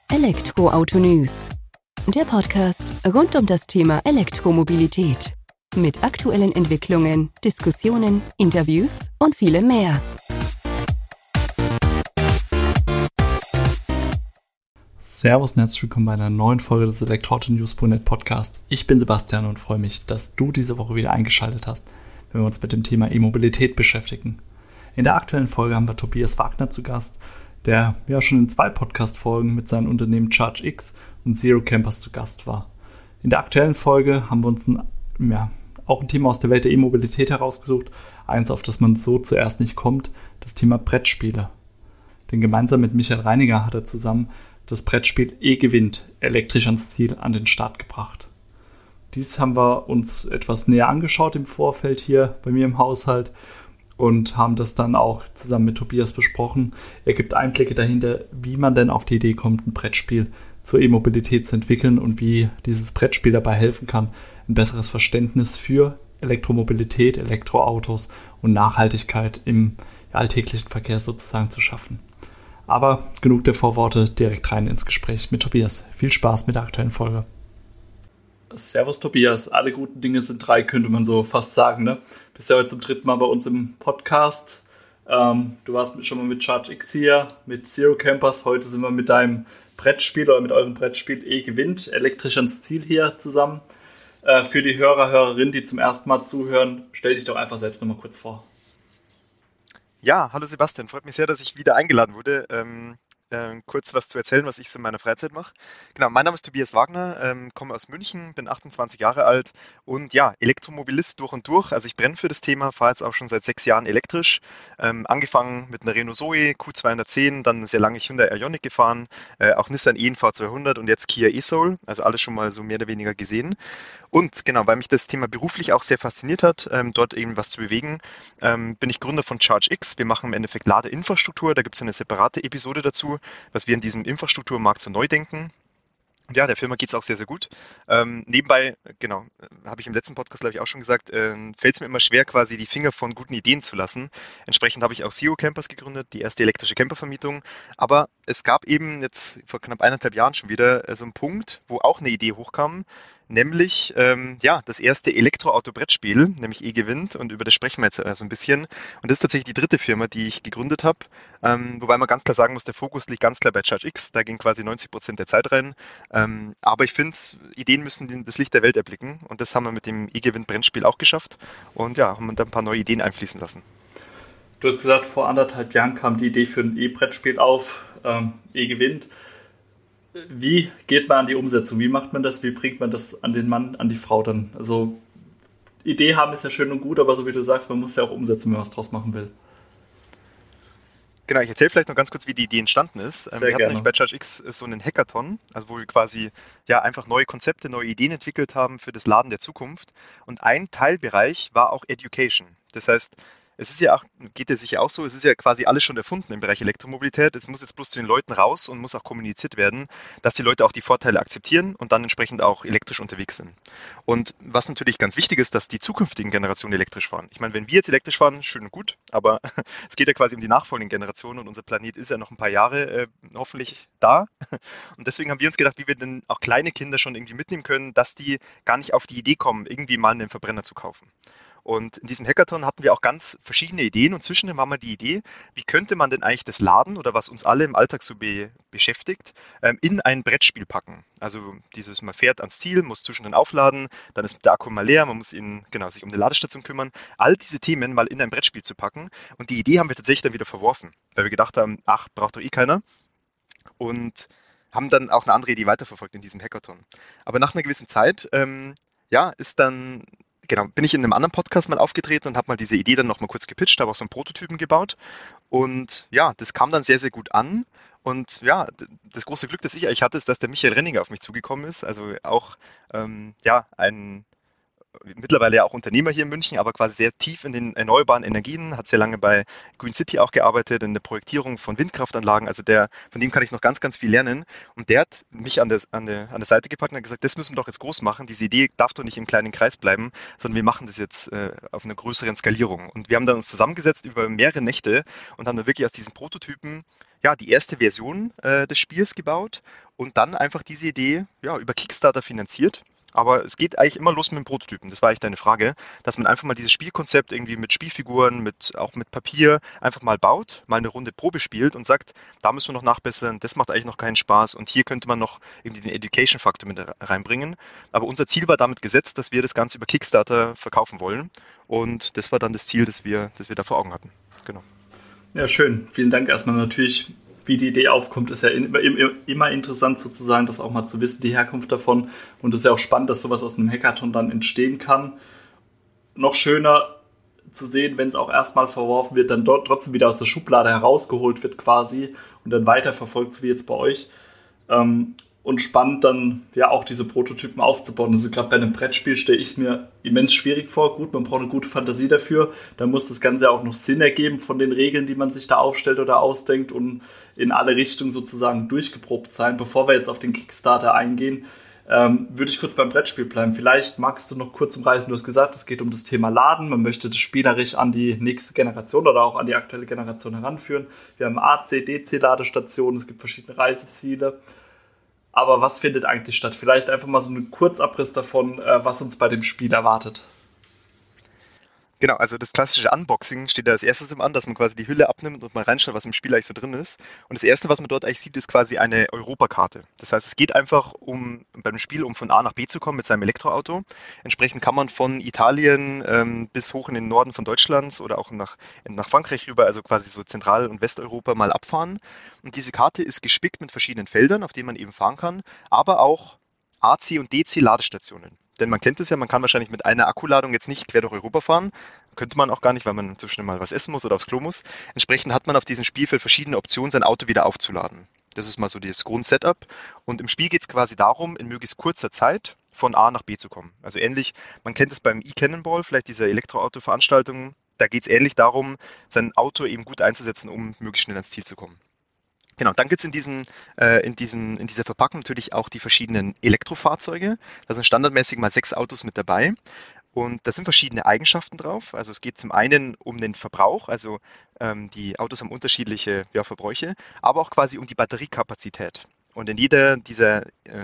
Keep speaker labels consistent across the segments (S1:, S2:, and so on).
S1: Elektroauto News, der Podcast rund um das Thema Elektromobilität. Mit aktuellen Entwicklungen, Diskussionen, Interviews und vielem mehr.
S2: Servus und herzlich willkommen bei einer neuen Folge des Elektroauto-News.net Podcast. Ich bin Sebastian und freue mich, dass du diese Woche wieder eingeschaltet hast, wenn wir uns mit dem Thema E-Mobilität beschäftigen. In der aktuellen Folge haben wir Tobias Wagner zu Gast, der ja schon in 2 Podcast-Folgen mit seinen Unternehmen ChargeX und Zero Campers zu Gast war. In der aktuellen Folge haben wir uns auch ein Thema aus der Welt der E-Mobilität herausgesucht, eins, auf das man so zuerst nicht kommt, das Thema Brettspiele. Denn gemeinsam mit Michael Reiniger hat er zusammen das Brettspiel E-Gewinnt elektrisch ans Ziel an den Start gebracht. Dies haben wir uns etwas näher angeschaut im Vorfeld hier bei mir im Haushalt und haben das dann auch zusammen mit Tobias besprochen. Er gibt Einblicke dahinter, wie man denn auf die Idee kommt, ein Brettspiel zur E-Mobilität zu entwickeln und wie dieses Brettspiel dabei helfen kann, ein besseres Verständnis für Elektromobilität, Elektroautos und Nachhaltigkeit im alltäglichen Verkehr sozusagen zu schaffen. Aber genug der Vorworte, direkt rein ins Gespräch mit Tobias. Viel Spaß mit der aktuellen Folge. Servus Tobias, alle guten Dinge sind 3, könnte man so fast sagen, ne? Bist ja heute zum 3. Mal bei uns im Podcast. Du warst schon mal mit ChargeX hier, mit Zero Campers. Heute sind wir mit deinem Brettspiel oder mit eurem Brettspiel E-Gewinnt elektrisch ans Ziel hier zusammen. Für die Hörerinnen, die zum ersten Mal zuhören, stell dich doch einfach selbst nochmal kurz vor.
S3: Ja, hallo Sebastian, freut mich sehr, dass ich wieder eingeladen wurde, kurz was zu erzählen, was ich so in meiner Freizeit mache. Genau, mein Name ist Tobias Wagner, komme aus München, bin 28 Jahre alt und ja, Elektromobilist durch und durch. Also ich brenne für das Thema, fahre jetzt auch schon seit 6 Jahren elektrisch. Angefangen mit einer Renault Zoe Q210, dann sehr lange Hyundai Ioniq gefahren, auch Nissan E-NV200 und jetzt Kia e-Soul, also alles schon mal so mehr oder weniger gesehen. Und genau, weil mich das Thema beruflich auch sehr fasziniert hat, dort eben was zu bewegen, bin ich Gründer von ChargeX. Wir machen im Endeffekt Ladeinfrastruktur, da gibt es eine separate Episode dazu, was wir in diesem Infrastrukturmarkt so neu denken. Und ja, der Firma geht es auch sehr, sehr gut. Nebenbei, genau, habe ich im letzten Podcast, glaube ich, auch schon gesagt, fällt es mir immer schwer, quasi die Finger von guten Ideen zu lassen. Entsprechend habe ich auch Zero Campers gegründet, die erste elektrische Campervermietung. Aber es gab eben jetzt vor knapp 1,5 Jahren schon wieder so einen Punkt, wo auch eine Idee hochkam, nämlich ja, das erste Elektroauto-Brettspiel, nämlich E-Gewinnt, und über das sprechen wir jetzt so ein bisschen. Und das ist tatsächlich die 3. Firma, die ich gegründet habe, wobei man ganz klar sagen muss, der Fokus liegt ganz klar bei ChargeX, da ging quasi 90% der Zeit rein. Aber ich finde, Ideen müssen das Licht der Welt erblicken, und das haben wir mit dem E-Gewinnt-Brettspiel auch geschafft und ja, haben da ein paar neue Ideen einfließen lassen.
S2: Du hast gesagt, vor 1,5 Jahren kam die Idee für ein E-Brettspiel auf, E-Gewinnt. Wie geht man an die Umsetzung? Wie macht man das? Wie bringt man das an den Mann, an die Frau dann? Also Idee haben ist ja schön und gut, aber so wie du sagst, man muss ja auch umsetzen, wenn man was draus machen will.
S3: Genau, ich erzähle vielleicht noch ganz kurz, wie die Idee entstanden ist.
S2: Sehr
S3: Wir hatten
S2: gerne.
S3: nämlich bei ChargeX so einen Hackathon, also wo wir quasi ja einfach neue Konzepte, neue Ideen entwickelt haben für das Laden der Zukunft. Und ein Teilbereich war auch Education. Das heißt, es ist ja auch, geht ja sicher auch so, es ist ja quasi alles schon erfunden im Bereich Elektromobilität. Es muss jetzt bloß zu den Leuten raus und muss auch kommuniziert werden, dass die Leute auch die Vorteile akzeptieren und dann entsprechend auch elektrisch unterwegs sind. Und was natürlich ganz wichtig ist, dass die zukünftigen Generationen elektrisch fahren. Ich meine, wenn wir jetzt elektrisch fahren, schön und gut, aber es geht ja quasi um die nachfolgenden Generationen und unser Planet ist ja noch ein paar Jahre hoffentlich da. Und deswegen haben wir uns gedacht, wie wir denn auch kleine Kinder schon irgendwie mitnehmen können, dass die gar nicht auf die Idee kommen, irgendwie mal einen Verbrenner zu kaufen. Und in diesem Hackathon hatten wir auch ganz verschiedene Ideen und zwischen dem haben wir die Idee, wie könnte man denn eigentlich das Laden oder was uns alle im Alltag so beschäftigt, in ein Brettspiel packen. Also dieses, man fährt ans Ziel, muss zwischendrin aufladen, dann ist der Akku mal leer, man muss sich um eine Ladestation kümmern. All diese Themen mal in ein Brettspiel zu packen. Und die Idee haben wir tatsächlich dann wieder verworfen, weil wir gedacht haben, ach, braucht doch eh keiner. Und haben dann auch eine andere Idee weiterverfolgt in diesem Hackathon. Aber nach einer gewissen Zeit, ja, genau, bin ich in einem anderen Podcast mal aufgetreten und habe mal diese Idee dann noch mal kurz gepitcht, habe auch so einen Prototypen gebaut und ja, das kam dann sehr, sehr gut an und ja, das große Glück, das ich eigentlich hatte, ist, dass der Michael Renninger auf mich zugekommen ist, also auch ja, ein mittlerweile ja auch Unternehmer hier in München, aber quasi sehr tief in den erneuerbaren Energien, hat sehr lange bei Green City auch gearbeitet, in der Projektierung von Windkraftanlagen. Also von dem kann ich noch ganz, ganz viel lernen. Und der hat mich an der Seite gepackt und hat gesagt, das müssen wir doch jetzt groß machen. Diese Idee darf doch nicht im kleinen Kreis bleiben, sondern wir machen das jetzt auf einer größeren Skalierung. Und wir haben dann uns zusammengesetzt über mehrere Nächte und haben dann wirklich aus diesen Prototypen ja, die erste Version des Spiels gebaut und dann einfach diese Idee ja, über Kickstarter finanziert. Aber es geht eigentlich immer los mit dem Prototypen. Das war eigentlich deine Frage, dass man einfach mal dieses Spielkonzept irgendwie mit Spielfiguren, auch mit Papier einfach mal baut, mal eine Runde Probe spielt und sagt, da müssen wir noch nachbessern, das macht eigentlich noch keinen Spaß und hier könnte man noch irgendwie den Education-Faktor mit reinbringen. Aber unser Ziel war damit gesetzt, dass wir das Ganze über Kickstarter verkaufen wollen und das war dann das Ziel, das wir da vor Augen hatten. Genau.
S2: Ja, schön. Vielen Dank erstmal natürlich. Wie die Idee aufkommt, ist ja immer interessant sozusagen, das auch mal zu wissen, die Herkunft davon. Und es ist ja auch spannend, dass sowas aus einem Hackathon dann entstehen kann. Noch schöner zu sehen, wenn es auch erstmal verworfen wird, dann dort trotzdem wieder aus der Schublade herausgeholt wird quasi und dann weiterverfolgt, so wie jetzt bei euch. Und spannend dann ja auch diese Prototypen aufzubauen. Also gerade bei einem Brettspiel stelle ich es mir immens schwierig vor. Gut, man braucht eine gute Fantasie dafür. Da muss das Ganze auch noch Sinn ergeben von den Regeln, die man sich da aufstellt oder ausdenkt und in alle Richtungen sozusagen durchgeprobt sein. Bevor wir jetzt auf den Kickstarter eingehen, würde ich kurz beim Brettspiel bleiben. Vielleicht magst du noch kurz umreißen. Du hast gesagt, es geht um das Thema Laden. Man möchte das spielerisch an die nächste Generation oder auch an die aktuelle Generation heranführen. Wir haben AC, DC-Ladestationen, es gibt verschiedene Reiseziele. Aber was findet eigentlich statt? Vielleicht einfach mal so einen Kurzabriss davon, was uns bei dem Spiel erwartet.
S3: Genau, also das klassische Unboxing steht da als erstes im an, dass man quasi die Hülle abnimmt und mal reinschaut, was im Spiel eigentlich so drin ist. Und das Erste, was man dort eigentlich sieht, ist quasi eine Europakarte. Das heißt, es geht einfach beim Spiel um von A nach B zu kommen mit seinem Elektroauto. Entsprechend kann man von Italien bis hoch in den Norden von Deutschlands oder auch nach Frankreich rüber, also quasi so Zentral- und Westeuropa mal abfahren. Und diese Karte ist gespickt mit verschiedenen Feldern, auf denen man eben fahren kann, aber auch AC- und DC-Ladestationen. Denn man kennt es ja, man kann wahrscheinlich mit einer Akkuladung jetzt nicht quer durch Europa fahren. Könnte man auch gar nicht, weil man inzwischen mal was essen muss oder aufs Klo muss. Entsprechend hat man auf diesem Spielfeld verschiedene Optionen, sein Auto wieder aufzuladen. Das ist mal so das Grundsetup. Und im Spiel geht es quasi darum, in möglichst kurzer Zeit von A nach B zu kommen. Also ähnlich, man kennt es beim E-Cannonball, vielleicht dieser Elektroauto-Veranstaltung. Da geht es ähnlich darum, sein Auto eben gut einzusetzen, um möglichst schnell ans Ziel zu kommen. Genau, dann gibt es in dieser Verpackung natürlich auch die verschiedenen Elektrofahrzeuge. Da sind standardmäßig mal 6 Autos mit dabei. Und da sind verschiedene Eigenschaften drauf. Also es geht zum einen um den Verbrauch, also die Autos haben unterschiedliche Verbräuche, aber auch quasi um die Batteriekapazität. Und in jeder dieser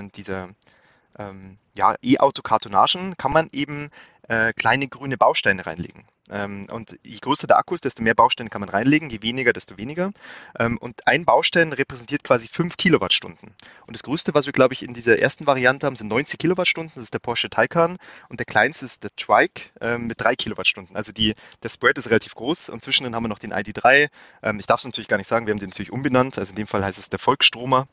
S3: E-Auto-Kartonagen kann man eben kleine grüne Bausteine reinlegen. Und je größer der Akku ist, desto mehr Bausteine kann man reinlegen, je weniger, desto weniger. Und ein Baustein repräsentiert quasi 5 Kilowattstunden. Und das größte, was wir, glaube ich, in dieser ersten Variante haben, sind 90 Kilowattstunden. Das ist der Porsche Taycan. Und der kleinste ist der Trike mit 3 Kilowattstunden. Also der Spread ist relativ groß. Und zwischendrin haben wir noch den ID.3. Ich darf es natürlich gar nicht sagen, wir haben den natürlich umbenannt. Also in dem Fall heißt es der Volksstromer.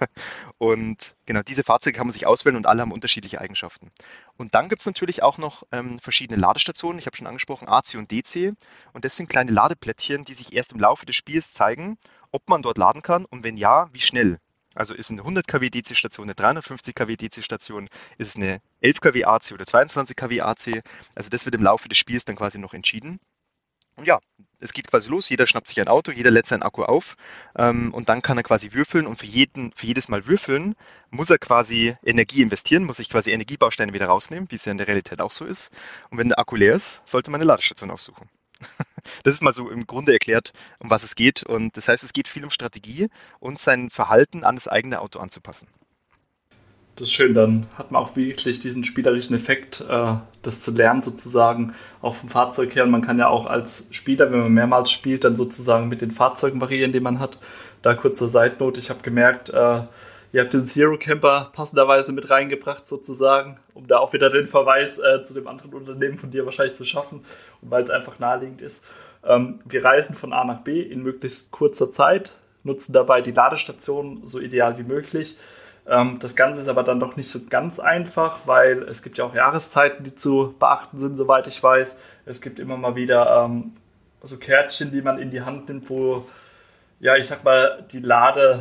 S3: Und genau, diese Fahrzeuge kann man sich auswählen und alle haben unterschiedliche Eigenschaften. Und dann gibt es natürlich auch noch verschiedene Ladestationen. Ich habe schon angesprochen, AC und DC. Und das sind kleine Ladeplättchen, die sich erst im Laufe des Spiels zeigen, ob man dort laden kann und wenn ja, wie schnell. Also ist eine 100 kW DC-Station, eine 350 kW DC-Station, ist es eine 11 kW AC oder 22 kW AC. Also das wird im Laufe des Spiels dann quasi noch entschieden. Und ja, es geht quasi los, jeder schnappt sich ein Auto, jeder lädt seinen Akku auf und dann kann er quasi würfeln und für jedes Mal würfeln muss er quasi Energie investieren, muss sich quasi Energiebausteine wieder rausnehmen, wie es ja in der Realität auch so ist. Und wenn der Akku leer ist, sollte man eine Ladestation aufsuchen. Das ist mal so im Grunde erklärt, um was es geht. Und das heißt, es geht viel um Strategie und sein Verhalten an das eigene Auto anzupassen.
S2: Das ist schön, dann hat man auch wirklich diesen spielerischen Effekt, das zu lernen sozusagen, auch vom Fahrzeug her. Und man kann ja auch als Spieler, wenn man mehrmals spielt, dann sozusagen mit den Fahrzeugen variieren, die man hat. Da kurze Side-Note, ich habe gemerkt, ihr habt den Zero Camper passenderweise mit reingebracht sozusagen, um da auch wieder den Verweis zu dem anderen Unternehmen von dir wahrscheinlich zu schaffen, und weil es einfach naheliegend ist. Wir reisen von A nach B in möglichst kurzer Zeit, nutzen dabei die Ladestation so ideal wie möglich. Das Ganze ist aber dann doch nicht so ganz einfach, weil es gibt ja auch Jahreszeiten, die zu beachten sind, soweit ich weiß. Es gibt immer mal wieder so Kärtchen, die man in die Hand nimmt, wo, ja, ich sag mal, die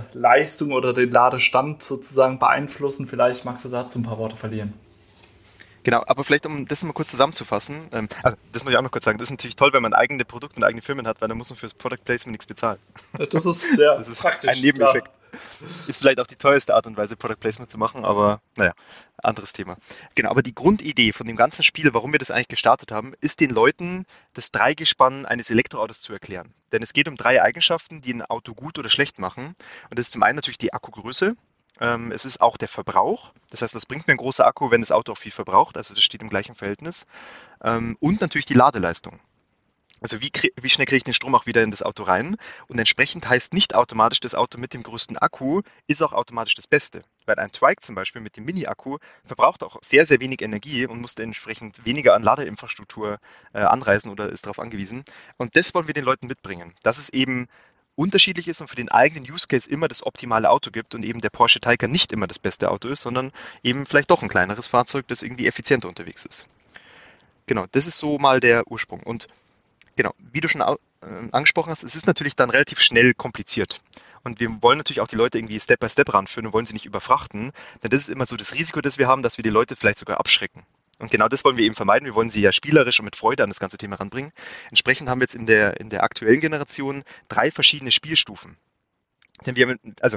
S2: Ladeleistung oder den Ladestand sozusagen beeinflussen. Vielleicht magst du dazu ein paar Worte verlieren.
S3: Genau, aber vielleicht, um das mal kurz zusammenzufassen, also das muss ich auch noch kurz sagen, das ist natürlich toll, wenn man eigene Produkte und eigene Firmen hat, weil dann muss man fürs Product Placement nichts bezahlen.
S2: Das ist sehr
S3: Das ist ein
S2: praktisch, klar.
S3: Nebeneffekt. Ist vielleicht auch die teuerste Art und Weise, Product Placement zu machen, aber naja, anderes Thema. Genau, aber die Grundidee von dem ganzen Spiel, warum wir das eigentlich gestartet haben, ist den Leuten das Dreigespann eines Elektroautos zu erklären. Denn es geht um drei Eigenschaften, die ein Auto gut oder schlecht machen. Und das ist zum einen natürlich die Akkugröße. Es ist auch der Verbrauch. Das heißt, was bringt mir ein großer Akku, wenn das Auto auch viel verbraucht? Also das steht im gleichen Verhältnis. Und natürlich die Ladeleistung. Also wie schnell kriege ich den Strom auch wieder in das Auto rein? Und entsprechend heißt nicht automatisch, das Auto mit dem größten Akku ist auch automatisch das Beste. Weil ein Trike zum Beispiel mit dem Mini-Akku verbraucht auch sehr, sehr wenig Energie und muss entsprechend weniger an Ladeinfrastruktur anreisen oder ist darauf angewiesen. Und das wollen wir den Leuten mitbringen, dass es eben unterschiedlich ist und für den eigenen Use Case immer das optimale Auto gibt und eben der Porsche Taycan nicht immer das beste Auto ist, sondern eben vielleicht doch ein kleineres Fahrzeug, das irgendwie effizienter unterwegs ist. Genau, das ist so mal der Ursprung. Und genau, wie du schon angesprochen hast, es ist natürlich dann relativ schnell kompliziert. Und wir wollen natürlich auch die Leute irgendwie Step by Step ranführen und wollen sie nicht überfrachten. Denn das ist immer so das Risiko, das wir haben, dass wir die Leute vielleicht sogar abschrecken. Und genau das wollen wir eben vermeiden. Wir wollen sie ja spielerisch und mit Freude an das ganze Thema ranbringen. Entsprechend haben wir jetzt in der aktuellen Generation 3 verschiedene Spielstufen. Denn also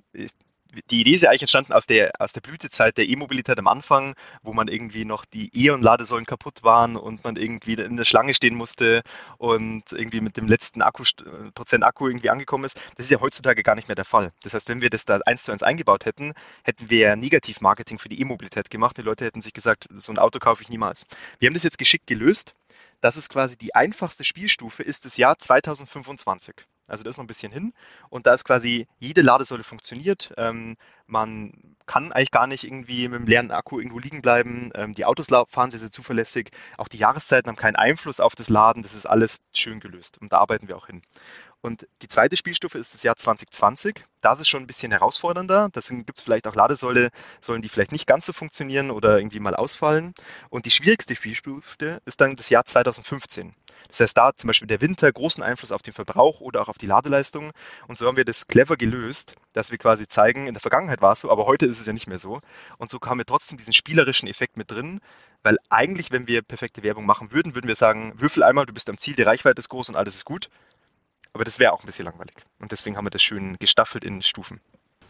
S3: die Idee ist ja eigentlich entstanden aus der Blütezeit der E-Mobilität am Anfang, wo man irgendwie noch die E.ON-Ladesäulen kaputt waren und man irgendwie in der Schlange stehen musste und irgendwie mit dem letzten Prozent Akku irgendwie angekommen ist. Das ist ja heutzutage gar nicht mehr der Fall. Das heißt, wenn wir das da 1:1 eingebaut hätten, hätten wir ja Negativ-Marketing für die E-Mobilität gemacht. Die Leute hätten sich gesagt, so ein Auto kaufe ich niemals. Wir haben das jetzt geschickt gelöst. Das ist quasi die einfachste Spielstufe, ist das Jahr 2025. Also das ist noch ein bisschen hin. Und da ist quasi jede Ladesäule funktioniert. Man kann eigentlich gar nicht irgendwie mit dem leeren Akku irgendwo liegen bleiben. Die Autos fahren sehr, sehr zuverlässig. Auch die Jahreszeiten haben keinen Einfluss auf das Laden. Das ist alles schön gelöst. Und da arbeiten wir auch hin. Und die zweite Spielstufe ist das Jahr 2020. Da ist es schon ein bisschen herausfordernder. Da gibt es vielleicht auch Ladesäulen, die vielleicht nicht ganz so funktionieren oder irgendwie mal ausfallen. Und die schwierigste Spielstufe ist dann das Jahr 2015. Das heißt, da zum Beispiel der Winter großen Einfluss auf den Verbrauch oder auch auf die Ladeleistung. Und so haben wir das clever gelöst, dass wir quasi zeigen, in der Vergangenheit war es so, aber heute ist es ja nicht mehr so. Und so haben wir trotzdem diesen spielerischen Effekt mit drin, weil eigentlich, wenn wir perfekte Werbung machen würden, würden wir sagen, würfel einmal, du bist am Ziel, die Reichweite ist groß und alles ist gut. Aber das wäre auch ein bisschen langweilig. Und deswegen haben wir das schön gestaffelt in Stufen.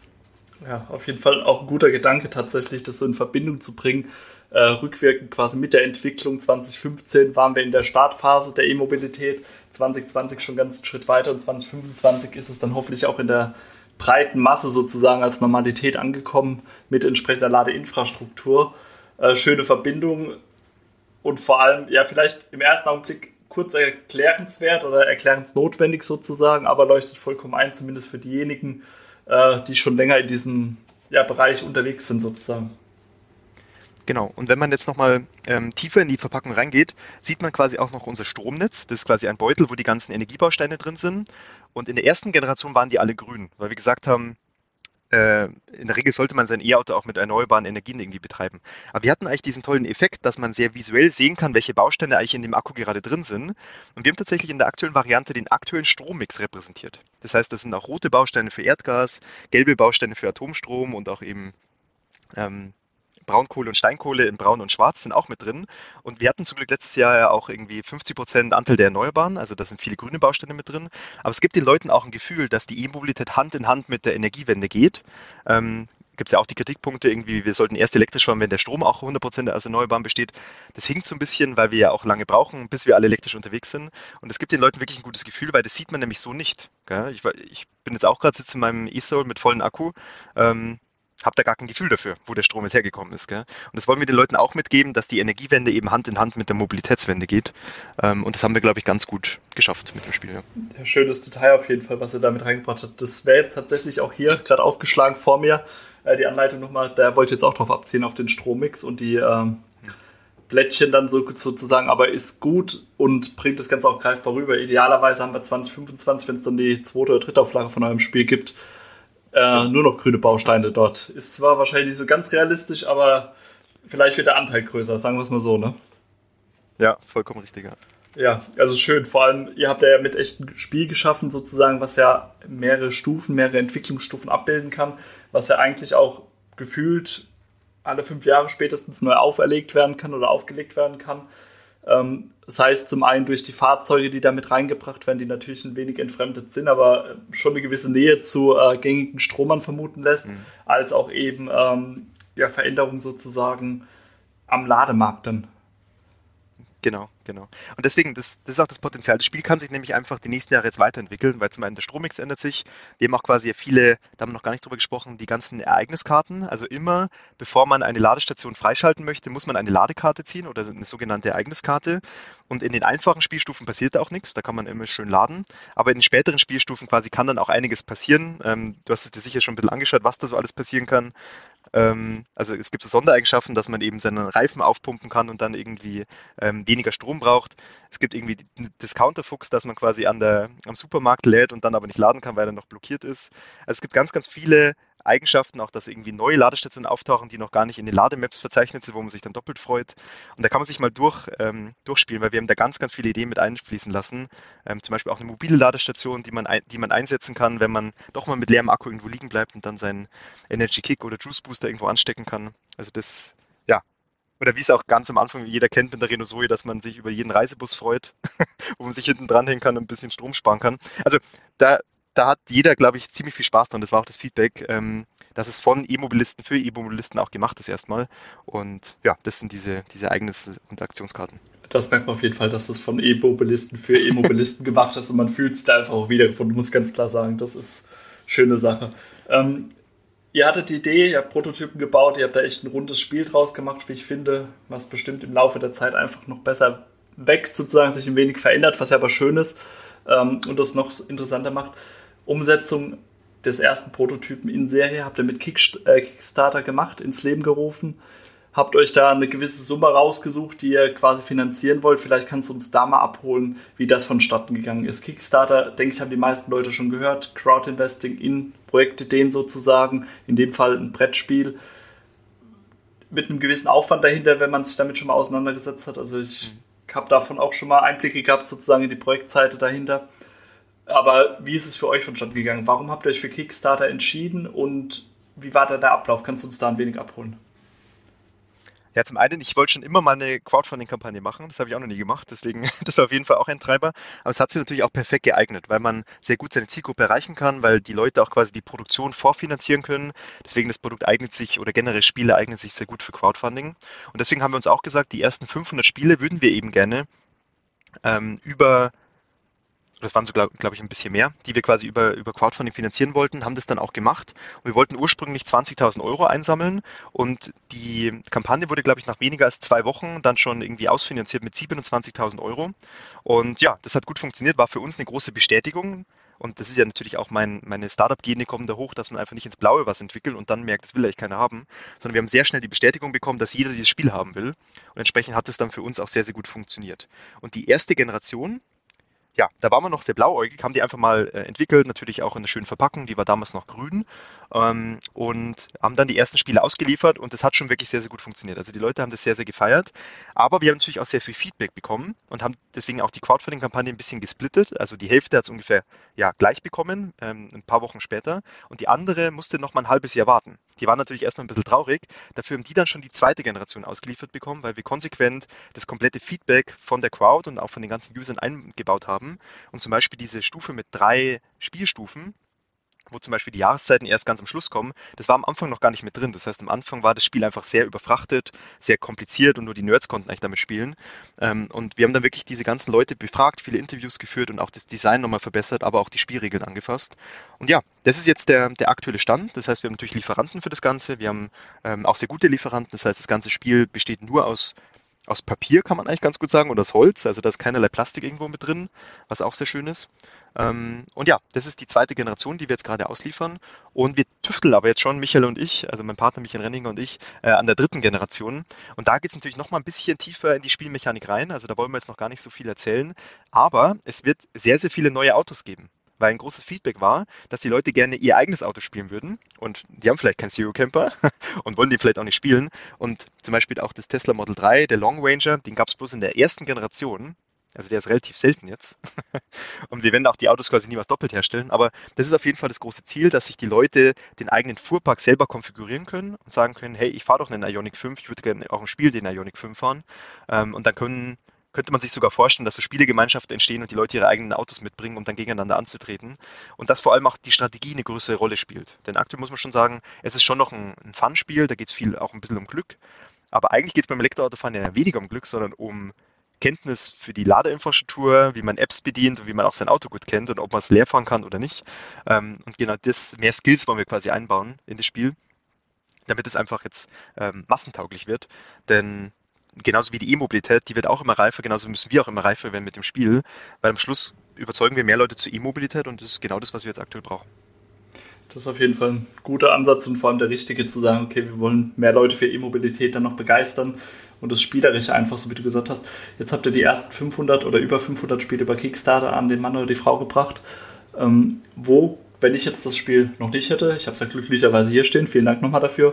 S2: Ja, auf jeden Fall auch ein guter Gedanke tatsächlich, das so in Verbindung zu bringen. Rückwirkend quasi mit der Entwicklung 2015 waren wir in der Startphase der E-Mobilität, 2020 schon ganz einen Schritt weiter und 2025 ist es dann hoffentlich auch in der breiten Masse sozusagen als Normalität angekommen mit entsprechender Ladeinfrastruktur. Schöne Verbindung und vor allem, ja, vielleicht im ersten Augenblick kurz erklärenswert oder erklärensnotwendig sozusagen, aber leuchtet vollkommen ein, zumindest für diejenigen, die schon länger in diesem Bereich unterwegs sind sozusagen.
S3: Genau, und wenn man jetzt nochmal tiefer in die Verpackung reingeht, sieht man quasi auch noch unser Stromnetz. Das ist quasi ein Beutel, wo die ganzen Energiebausteine drin sind. Und in der ersten Generation waren die alle grün, weil wir gesagt haben, in der Regel sollte man sein E-Auto auch mit erneuerbaren Energien irgendwie betreiben. Aber wir hatten eigentlich diesen tollen Effekt, dass man sehr visuell sehen kann, welche Bausteine eigentlich in dem Akku gerade drin sind. Und wir haben tatsächlich in der aktuellen Variante den aktuellen Strommix repräsentiert. Das heißt, das sind auch rote Bausteine für Erdgas, gelbe Bausteine für Atomstrom und auch eben Braunkohle und Steinkohle in Braun und Schwarz sind auch mit drin. Und wir hatten zum Glück letztes Jahr ja auch irgendwie 50% Anteil der Erneuerbaren, also da sind viele grüne Bausteine mit drin. Aber es gibt den Leuten auch ein Gefühl, dass die E-Mobilität Hand in Hand mit der Energiewende geht. Gibt es ja auch die Kritikpunkte irgendwie, wir sollten erst elektrisch fahren, wenn der Strom auch 100% aus Erneuerbaren besteht. Das hinkt so ein bisschen, weil wir ja auch lange brauchen, bis wir alle elektrisch unterwegs sind. Und es gibt den Leuten wirklich ein gutes Gefühl, weil das sieht man nämlich so nicht. Gell? Ich bin jetzt auch gerade sitze in meinem E-Soul mit vollem Akku. Habe da gar kein Gefühl dafür, wo der Strom jetzt hergekommen ist. Gell? Und das wollen wir den Leuten auch mitgeben, dass die Energiewende eben Hand in Hand mit der Mobilitätswende geht. Und das haben wir, glaube ich, ganz gut geschafft mit dem Spiel. Ja.
S2: Ja, schönes Detail auf jeden Fall, was ihr damit reingebracht habt. Das wäre jetzt tatsächlich auch hier gerade aufgeschlagen vor mir. Die Anleitung nochmal, da wollte ich jetzt auch drauf abziehen, auf den Strommix und die Blättchen dann sozusagen, aber ist gut und bringt das Ganze auch greifbar rüber. Idealerweise haben wir 2025, wenn es dann die zweite oder dritte Auflage von eurem Spiel gibt, nur noch grüne Bausteine dort. Ist zwar wahrscheinlich nicht so ganz realistisch, aber vielleicht wird der Anteil größer, sagen wir es mal so, ne?
S3: Ja, vollkommen richtig, ja.
S2: Ja, also schön. Vor allem, ihr habt ja mit echt ein Spiel geschaffen, sozusagen, was ja mehrere Entwicklungsstufen abbilden kann, was ja eigentlich auch gefühlt alle 5 Jahre spätestens neu auferlegt werden kann oder aufgelegt werden kann. Das heißt zum einen durch die Fahrzeuge, die da mit reingebracht werden, die natürlich ein wenig entfremdet sind, aber schon eine gewisse Nähe zu gängigen Stromern vermuten lässt, als auch eben Veränderungen sozusagen am Lademarkt dann.
S3: Genau. Und deswegen, das ist auch das Potenzial. Das Spiel kann sich nämlich einfach die nächsten Jahre jetzt weiterentwickeln, weil zum einen der Strommix ändert sich. Wir haben auch quasi viele, da haben wir noch gar nicht drüber gesprochen, die ganzen Ereigniskarten. Also immer, bevor man eine Ladestation freischalten möchte, muss man eine Ladekarte ziehen oder eine sogenannte Ereigniskarte. Und in den einfachen Spielstufen passiert da auch nichts, da kann man immer schön laden. Aber in den späteren Spielstufen quasi kann dann auch einiges passieren. Du hast es dir sicher schon ein bisschen angeschaut, was da so alles passieren kann. Also es gibt so Sondereigenschaften, dass man eben seinen Reifen aufpumpen kann und dann irgendwie weniger Strom braucht. Es gibt irgendwie den Discounter-Fuchs, dass man quasi am Supermarkt lädt und dann aber nicht laden kann, weil er noch blockiert ist. Also es gibt ganz, ganz viele Eigenschaften, auch dass irgendwie neue Ladestationen auftauchen, die noch gar nicht in den Lademaps verzeichnet sind, wo man sich dann doppelt freut. Und da kann man sich mal durchspielen, weil wir haben da ganz, ganz viele Ideen mit einfließen lassen. Zum Beispiel auch eine mobile Ladestation, die man einsetzen kann, wenn man doch mal mit leerem Akku irgendwo liegen bleibt und dann seinen Energy Kick oder Juice Booster irgendwo anstecken kann. Also das, ja. Oder wie es auch ganz am Anfang jeder kennt mit der Renault Zoe, dass man sich über jeden Reisebus freut, wo man sich hinten dranhängen kann und ein bisschen Strom sparen kann. Also da hat jeder, glaube ich, ziemlich viel Spaß dran. Das war auch das Feedback, dass es von E-Mobilisten für E-Mobilisten auch gemacht ist erstmal. Und ja, das sind diese Ereignis- und Aktionskarten.
S2: Das merkt man auf jeden Fall, dass es von E-Mobilisten für E-Mobilisten gemacht ist und man fühlt sich da einfach auch wiedergefunden, muss ganz klar sagen. Das ist eine schöne Sache. Ihr hattet die Idee, ihr habt Prototypen gebaut, ihr habt da echt ein rundes Spiel draus gemacht, wie ich finde, was bestimmt im Laufe der Zeit einfach noch besser wächst, sozusagen sich ein wenig verändert, was ja aber schön ist und das noch interessanter macht. Umsetzung des ersten Prototypen in Serie habt ihr mit Kickstarter gemacht, ins Leben gerufen. Habt euch da eine gewisse Summe rausgesucht, die ihr quasi finanzieren wollt. Vielleicht kannst du uns da mal abholen, wie das vonstatten gegangen ist. Kickstarter, denke ich, haben die meisten Leute schon gehört. Crowdinvesting in Projektideen sozusagen. In dem Fall ein Brettspiel. Mit einem gewissen Aufwand dahinter, wenn man sich damit schon mal auseinandergesetzt hat. Also ich habe davon auch schon mal Einblicke gehabt, sozusagen in die Projektseite dahinter. Aber wie ist es für euch vonstatten gegangen? Warum habt ihr euch für Kickstarter entschieden und wie war da der Ablauf? Kannst du uns da ein wenig abholen?
S3: Ja, zum einen, ich wollte schon immer mal eine Crowdfunding-Kampagne machen, das habe ich auch noch nie gemacht, deswegen, das war auf jeden Fall auch ein Treiber, aber es hat sich natürlich auch perfekt geeignet, weil man sehr gut seine Zielgruppe erreichen kann, weil die Leute auch quasi die Produktion vorfinanzieren können, deswegen das Produkt eignet sich oder generell Spiele eignen sich sehr gut für Crowdfunding und deswegen haben wir uns auch gesagt, die ersten 500 Spiele würden wir eben gerne das waren so, glaube ich, ein bisschen mehr, die wir quasi über Crowdfunding finanzieren wollten, haben das dann auch gemacht. Und wir wollten ursprünglich 20.000 Euro einsammeln und die Kampagne wurde, glaube ich, nach weniger als 2 Wochen dann schon irgendwie ausfinanziert mit 27.000 Euro. Und ja, das hat gut funktioniert, war für uns eine große Bestätigung. Und das ist ja natürlich auch meine Startup-Gene kommen da hoch, dass man einfach nicht ins Blaue was entwickelt und dann merkt, das will eigentlich keiner haben, sondern wir haben sehr schnell die Bestätigung bekommen, dass jeder dieses Spiel haben will. Und entsprechend hat es dann für uns auch sehr, sehr gut funktioniert. Und die erste Generation, ja, da waren wir noch sehr blauäugig, haben die einfach mal entwickelt, natürlich auch in einer schönen Verpackung, die war damals noch grün und haben dann die ersten Spiele ausgeliefert und das hat schon wirklich sehr, sehr gut funktioniert. Also die Leute haben das sehr, sehr gefeiert, aber wir haben natürlich auch sehr viel Feedback bekommen und haben deswegen auch die Crowdfunding-Kampagne ein bisschen gesplittet. Also die Hälfte hat es ungefähr gleich bekommen, ein paar Wochen später und die andere musste noch mal ein halbes Jahr warten. Die waren natürlich erstmal ein bisschen traurig, dafür haben die dann schon die zweite Generation ausgeliefert bekommen, weil wir konsequent das komplette Feedback von der Crowd und auch von den ganzen Usern eingebaut haben. Und zum Beispiel diese Stufe mit 3 Spielstufen, wo zum Beispiel die Jahreszeiten erst ganz am Schluss kommen, das war am Anfang noch gar nicht mit drin. Das heißt, am Anfang war das Spiel einfach sehr überfrachtet, sehr kompliziert und nur die Nerds konnten eigentlich damit spielen. Und wir haben dann wirklich diese ganzen Leute befragt, viele Interviews geführt und auch das Design nochmal verbessert, aber auch die Spielregeln angefasst. Und ja, das ist jetzt der aktuelle Stand. Das heißt, wir haben natürlich Lieferanten für das Ganze. Wir haben auch sehr gute Lieferanten. Das heißt, das ganze Spiel besteht nur aus Papier, kann man eigentlich ganz gut sagen, und aus Holz. Also da ist keinerlei Plastik irgendwo mit drin, was auch sehr schön ist. Und ja, das ist die zweite Generation, die wir jetzt gerade ausliefern. Und wir tüfteln aber jetzt schon, Michael und ich, also mein Partner Michael Renninger und ich, an der dritten Generation. Und da geht es natürlich noch mal ein bisschen tiefer in die Spielmechanik rein. Also da wollen wir jetzt noch gar nicht so viel erzählen. Aber es wird sehr, sehr viele neue Autos geben. Weil ein großes Feedback war, dass die Leute gerne ihr eigenes Auto spielen würden und die haben vielleicht keinen Zero Camper und wollen den vielleicht auch nicht spielen und zum Beispiel auch das Tesla Model 3, der Long Ranger, den gab es bloß in der ersten Generation Also der ist relativ selten jetzt. Und wir werden auch die Autos quasi niemals doppelt herstellen. Aber das ist auf jeden Fall das große Ziel, dass sich die Leute den eigenen Fuhrpark selber konfigurieren können und sagen können, hey, ich fahre doch einen Ioniq 5, ich würde gerne auch ein Spiel den Ioniq 5 fahren. Und dann könnte man sich sogar vorstellen, dass so Spielegemeinschaften entstehen und die Leute ihre eigenen Autos mitbringen, um dann gegeneinander anzutreten. Und dass vor allem auch die Strategie eine größere Rolle spielt. Denn aktuell muss man schon sagen, es ist schon noch ein Fun-Spiel, da geht es viel auch ein bisschen um Glück. Aber eigentlich geht es beim Elektroautofahren ja weniger um Glück, sondern um Kenntnis für die Ladeinfrastruktur, wie man Apps bedient und wie man auch sein Auto gut kennt und ob man es leer fahren kann oder nicht. Und genau mehr Skills wollen wir quasi einbauen in das Spiel, damit es einfach jetzt massentauglich wird. Denn genauso wie die E-Mobilität, die wird auch immer reifer, genauso müssen wir auch immer reifer werden mit dem Spiel, weil am Schluss überzeugen wir mehr Leute zur E-Mobilität und das ist genau das, was wir jetzt aktuell brauchen.
S2: Das ist auf jeden Fall ein guter Ansatz und vor allem der richtige, zu sagen, okay, wir wollen mehr Leute für E-Mobilität dann noch begeistern und das Spielerische einfach, so wie du gesagt hast. Jetzt habt ihr die ersten 500 oder über 500 Spiele über Kickstarter an den Mann oder die Frau gebracht. Wenn ich jetzt das Spiel noch nicht hätte, ich habe es ja glücklicherweise hier stehen, vielen Dank nochmal dafür,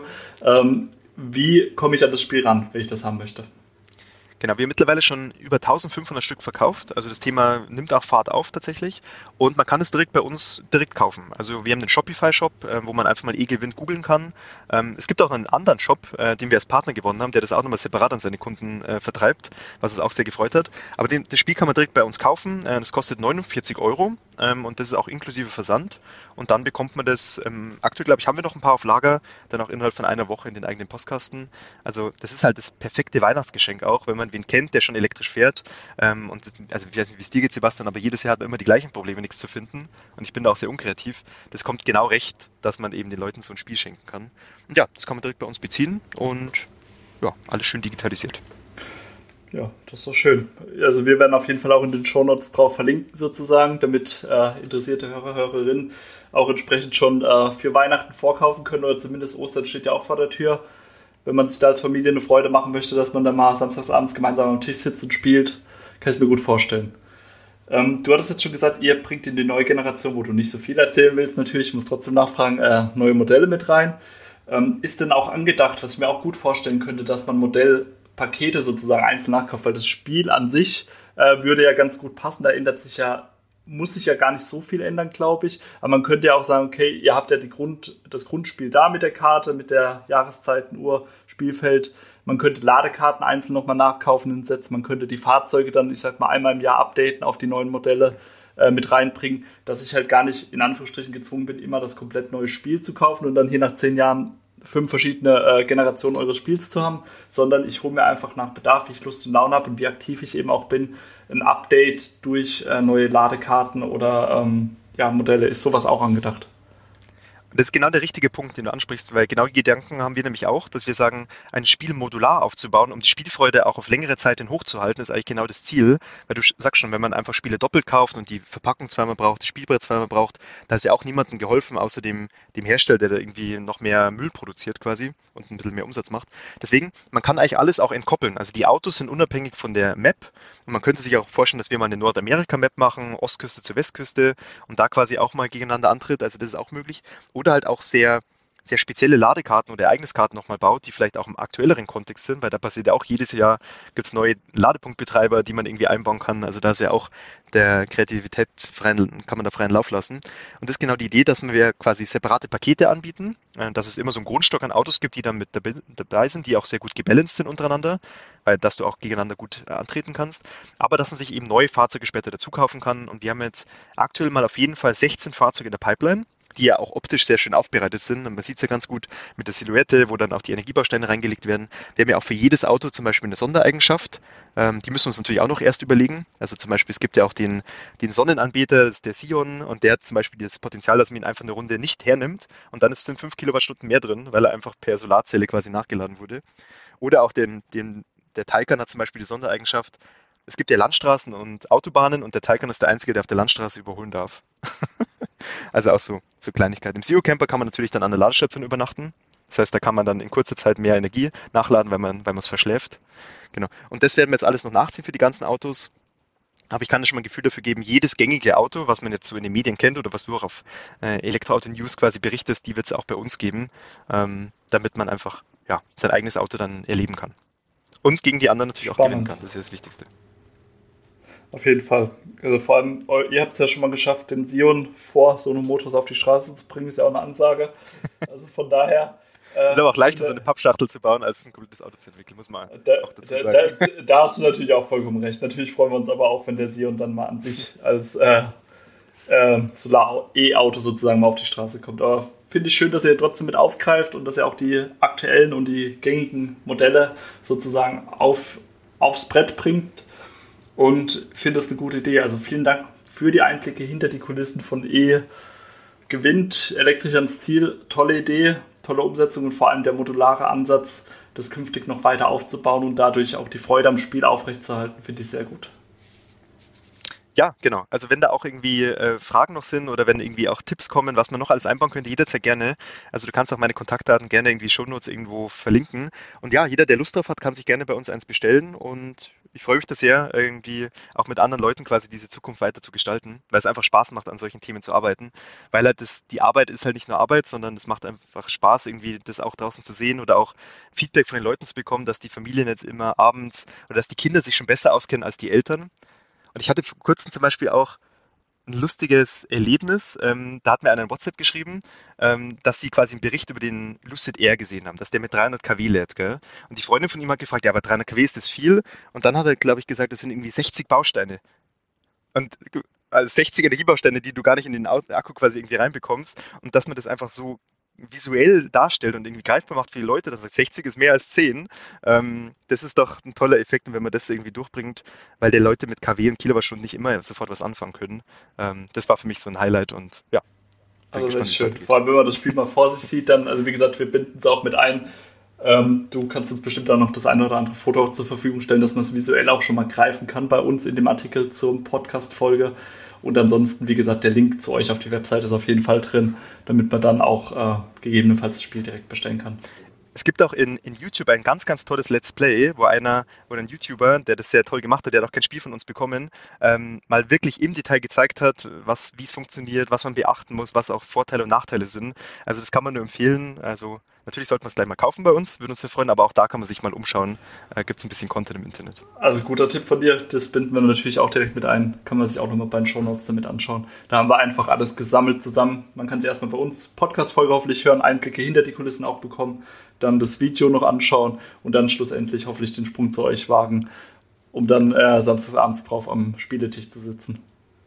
S2: wie komme ich an das Spiel ran, wenn ich das haben möchte?
S3: Genau, wir haben mittlerweile schon über 1500 Stück verkauft. Also das Thema nimmt auch Fahrt auf tatsächlich. Und man kann es direkt bei uns direkt kaufen. Also wir haben einen Shopify-Shop, wo man einfach mal eGewinn googeln kann. Es gibt auch einen anderen Shop, den wir als Partner gewonnen haben, der das auch nochmal separat an seine Kunden vertreibt, was es auch sehr gefreut hat. Aber das Spiel kann man direkt bei uns kaufen. Das kostet 49 Euro und das ist auch inklusive Versand. Und dann bekommt man das, aktuell glaube ich, haben wir noch ein paar auf Lager, dann auch innerhalb von einer Woche in den eigenen Postkasten. Also das ist halt das perfekte Weihnachtsgeschenk auch, wenn man wen kennt, der schon elektrisch fährt. Und also ich weiß nicht, wie es dir geht, Sebastian, aber jedes Jahr hat man immer die gleichen Probleme, nichts zu finden. Und ich bin da auch sehr unkreativ. Das kommt genau recht, dass man eben den Leuten so ein Spiel schenken kann. Und ja, das kann man direkt bei uns beziehen und ja, alles schön digitalisiert.
S2: Ja, das ist doch schön. Also wir werden auf jeden Fall auch in den Shownotes drauf verlinken sozusagen, damit interessierte Hörer, Hörerinnen auch entsprechend schon für Weihnachten vorkaufen können oder zumindest Ostern steht ja auch vor der Tür. Wenn man sich da als Familie eine Freude machen möchte, dass man da mal samstagsabends gemeinsam am Tisch sitzt und spielt, kann ich mir gut vorstellen. Du hattest jetzt schon gesagt, ihr bringt in die neue Generation, wo du nicht so viel erzählen willst, natürlich, ich muss trotzdem nachfragen, neue Modelle mit rein. Ist denn auch angedacht, was ich mir auch gut vorstellen könnte, dass man Modellpakete sozusagen einzeln nachkauft, weil das Spiel an sich würde ja ganz gut passen, da muss sich ja gar nicht so viel ändern, glaube ich. Aber man könnte ja auch sagen, okay, ihr habt ja das Grundspiel da mit der Karte, mit der Jahreszeitenuhr, Spielfeld. Man könnte Ladekarten einzeln nochmal nachkaufen in Sets. Man könnte die Fahrzeuge dann, ich sag mal, einmal im Jahr updaten auf die neuen Modelle mit reinbringen, dass ich halt gar nicht in Anführungsstrichen gezwungen bin, immer das komplett neue Spiel zu kaufen und dann hier nach 10 Jahren 5 verschiedene Generationen eures Spiels zu haben, sondern ich hole mir einfach nach Bedarf, wie ich Lust und Laune habe und wie aktiv ich eben auch bin, ein Update durch neue Ladekarten oder Modelle. Ist sowas auch angedacht?
S3: Das ist genau der richtige Punkt, den du ansprichst, weil genau die Gedanken haben wir nämlich auch, dass wir sagen, ein Spiel modular aufzubauen, um die Spielfreude auch auf längere Zeit hin hochzuhalten, ist eigentlich genau das Ziel, weil du sagst schon, wenn man einfach Spiele doppelt kauft und die Verpackung zweimal braucht, das Spielbrett zweimal braucht, da ist ja auch niemandem geholfen, außer dem Hersteller, der da irgendwie noch mehr Müll produziert quasi und ein bisschen mehr Umsatz macht. Deswegen, man kann eigentlich alles auch entkoppeln. Also die Autos sind unabhängig von der Map und man könnte sich auch vorstellen, dass wir mal eine Nordamerika-Map machen, Ostküste zur Westküste und da quasi auch mal gegeneinander antritt, also das ist auch möglich. Oder halt auch sehr, sehr spezielle Ladekarten oder Ereigniskarten nochmal baut, die vielleicht auch im aktuelleren Kontext sind, weil da passiert ja auch jedes Jahr, gibt es neue Ladepunktbetreiber, die man irgendwie einbauen kann. Also da ist ja auch der Kreativität kann man da freien Lauf lassen. Und das ist genau die Idee, dass wir quasi separate Pakete anbieten, dass es immer so einen Grundstock an Autos gibt, die dann mit dabei sind, die auch sehr gut gebalanced sind untereinander, weil dass du auch gegeneinander gut antreten kannst, aber dass man sich eben neue Fahrzeuge später dazu kaufen kann. Und wir haben jetzt aktuell mal auf jeden Fall 16 Fahrzeuge in der Pipeline, die ja auch optisch sehr schön aufbereitet sind. Und man sieht es ja ganz gut mit der Silhouette, wo dann auch die Energiebausteine reingelegt werden. Wir haben ja auch für jedes Auto zum Beispiel eine Sondereigenschaft. Die müssen wir uns natürlich auch noch erst überlegen. Also zum Beispiel, es gibt ja auch den Sonnenanbeter, das ist der Sion, und der hat zum Beispiel das Potenzial, dass man ihn einfach eine Runde nicht hernimmt. Und dann sind 5 Kilowattstunden mehr drin, weil er einfach per Solarzelle quasi nachgeladen wurde. Oder auch der Taycan hat zum Beispiel die Sondereigenschaft, es gibt ja Landstraßen und Autobahnen und der Taycan ist der Einzige, der auf der Landstraße überholen darf. Also auch so Kleinigkeiten. Im Zero Camper kann man natürlich dann an der Ladestation übernachten. Das heißt, da kann man dann in kurzer Zeit mehr Energie nachladen, weil man es verschläft. Genau. Und das werden wir jetzt alles noch nachziehen für die ganzen Autos. Aber ich kann da schon mal ein Gefühl dafür geben, jedes gängige Auto, was man jetzt so in den Medien kennt oder was du auch auf Elektroauto News quasi berichtest, die wird es auch bei uns geben, damit man einfach sein eigenes Auto dann erleben kann. Und gegen die anderen natürlich auch gewinnen kann. Das ist ja das Wichtigste.
S2: Auf jeden Fall. Also vor allem, ihr habt es ja schon mal geschafft, den Sion vor Sono Motors auf die Straße zu bringen, ist ja auch eine Ansage. Also von daher...
S3: ist aber auch leichter, so eine Pappschachtel zu bauen, als ein gutes Auto zu entwickeln, muss man auch dazu sagen.
S2: Da hast du natürlich auch vollkommen recht. Natürlich freuen wir uns aber auch, wenn der Sion dann mal an sich als Solar-E-Auto sozusagen mal auf die Straße kommt. Aber finde ich schön, dass ihr trotzdem mit aufgreift und dass ihr auch die aktuellen und die gängigen Modelle sozusagen aufs Brett bringt. Und finde das eine gute Idee. Also vielen Dank für die Einblicke hinter die Kulissen von gewinnt elektrisch ans Ziel. Tolle Idee, tolle Umsetzung und vor allem der modulare Ansatz, das künftig noch weiter aufzubauen und dadurch auch die Freude am Spiel aufrechtzuerhalten, finde ich sehr gut.
S3: Ja, genau. Also wenn da auch irgendwie Fragen noch sind oder wenn irgendwie auch Tipps kommen, was man noch alles einbauen könnte, jederzeit gerne. Also du kannst auch meine Kontaktdaten gerne irgendwie Shownotes irgendwo verlinken. Und ja, jeder, der Lust drauf hat, kann sich gerne bei uns eins bestellen. Und ich freue mich da sehr, irgendwie auch mit anderen Leuten quasi diese Zukunft weiter zu gestalten, weil es einfach Spaß macht, an solchen Themen zu arbeiten. Weil halt die Arbeit ist halt nicht nur Arbeit, sondern es macht einfach Spaß, irgendwie das auch draußen zu sehen oder auch Feedback von den Leuten zu bekommen, dass die Familien jetzt immer abends oder dass die Kinder sich schon besser auskennen als die Eltern. Und ich hatte vor kurzem zum Beispiel auch ein lustiges Erlebnis. Da hat mir einer in WhatsApp geschrieben, dass sie quasi einen Bericht über den Lucid Air gesehen haben, dass der mit 300 kW lädt. Gell? Und die Freundin von ihm hat gefragt, ja, aber 300 kW ist das viel? Und dann hat er, glaube ich, gesagt, das sind irgendwie 60 Bausteine. Und also 60 Energiebausteine, die du gar nicht in den Akku quasi irgendwie reinbekommst. Und dass man das einfach so visuell darstellt und irgendwie greifbar macht für die Leute, dass 60 ist mehr als 10, das ist doch ein toller Effekt, wenn man das irgendwie durchbringt, weil die Leute mit kW und Kilowattstunden nicht immer sofort was anfangen können. Das war für mich so ein Highlight und ja.
S2: Also das ist schön. Vor allem, wenn man das Spiel mal vor sich sieht, dann, also wie gesagt, wir binden es auch mit ein. Du kannst uns bestimmt auch noch das eine oder andere Foto zur Verfügung stellen, dass man es visuell auch schon mal greifen kann bei uns in dem Artikel zur Podcast-Folge. Und ansonsten, wie gesagt, der Link zu euch auf die Webseite ist auf jeden Fall drin, damit man dann auch gegebenenfalls das Spiel direkt bestellen kann.
S3: Es gibt auch in YouTube ein ganz, ganz tolles Let's Play, wo ein YouTuber, der das sehr toll gemacht hat, der hat auch kein Spiel von uns bekommen, mal wirklich im Detail gezeigt hat, wie es funktioniert, was man beachten muss, was auch Vorteile und Nachteile sind. Also das kann man nur empfehlen. Also natürlich sollte man es gleich mal kaufen bei uns, würde uns sehr freuen, aber auch da kann man sich mal umschauen. Gibt es ein bisschen Content im Internet.
S2: Also guter Tipp von dir, das binden wir natürlich auch direkt mit ein. Kann man sich auch nochmal bei den Shownotes damit anschauen. Da haben wir einfach alles gesammelt zusammen. Man kann sie erstmal bei uns Podcast-Folge hoffentlich hören, Einblicke hinter die Kulissen auch bekommen, dann das Video noch anschauen und dann schlussendlich hoffentlich den Sprung zu euch wagen, um dann samstagsabends drauf am Spieletisch zu sitzen.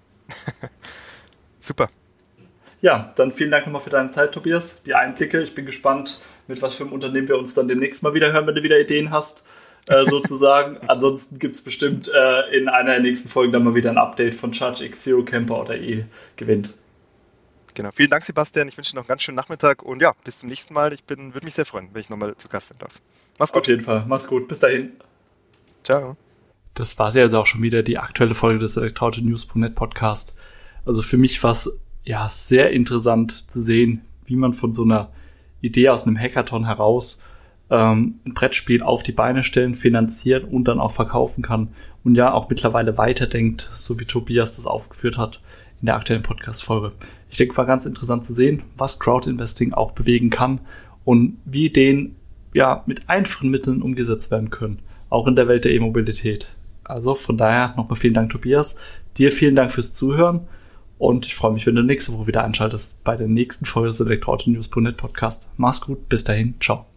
S3: Super.
S2: Ja, dann vielen Dank nochmal für deine Zeit, Tobias, die Einblicke. Ich bin gespannt, mit was für einem Unternehmen wir uns dann demnächst mal wieder hören, wenn du wieder Ideen hast, sozusagen. Ansonsten gibt es bestimmt in einer der nächsten Folgen dann mal wieder ein Update von ChargeX, Zero Camper oder gewinnt.
S3: Genau. Vielen Dank, Sebastian. Ich wünsche dir noch einen ganz schönen Nachmittag und ja, bis zum nächsten Mal. Würde mich sehr freuen, wenn ich nochmal zu Gast sein darf. Mach's gut.
S2: Auf jeden Fall. Mach's gut. Bis dahin.
S3: Ciao.
S2: Das war ja jetzt auch schon wieder die aktuelle Folge des Elektroauto-News.net Podcast. Also für mich war es ja sehr interessant zu sehen, wie man von so einer Idee aus einem Hackathon heraus ein Brettspiel auf die Beine stellen, finanzieren und dann auch verkaufen kann und ja auch mittlerweile weiterdenkt, so wie Tobias das aufgeführt hat in der aktuellen Podcast-Folge. Ich denke, war ganz interessant zu sehen, was Crowdinvesting auch bewegen kann und wie Ideen ja mit einfachen Mitteln umgesetzt werden können, auch in der Welt der E-Mobilität. Also von daher nochmal vielen Dank, Tobias. Dir vielen Dank fürs Zuhören und ich freue mich, wenn du nächste Woche wieder einschaltest bei der nächsten Folge des Elektroauto-News.net Podcast. Mach's gut, bis dahin, ciao.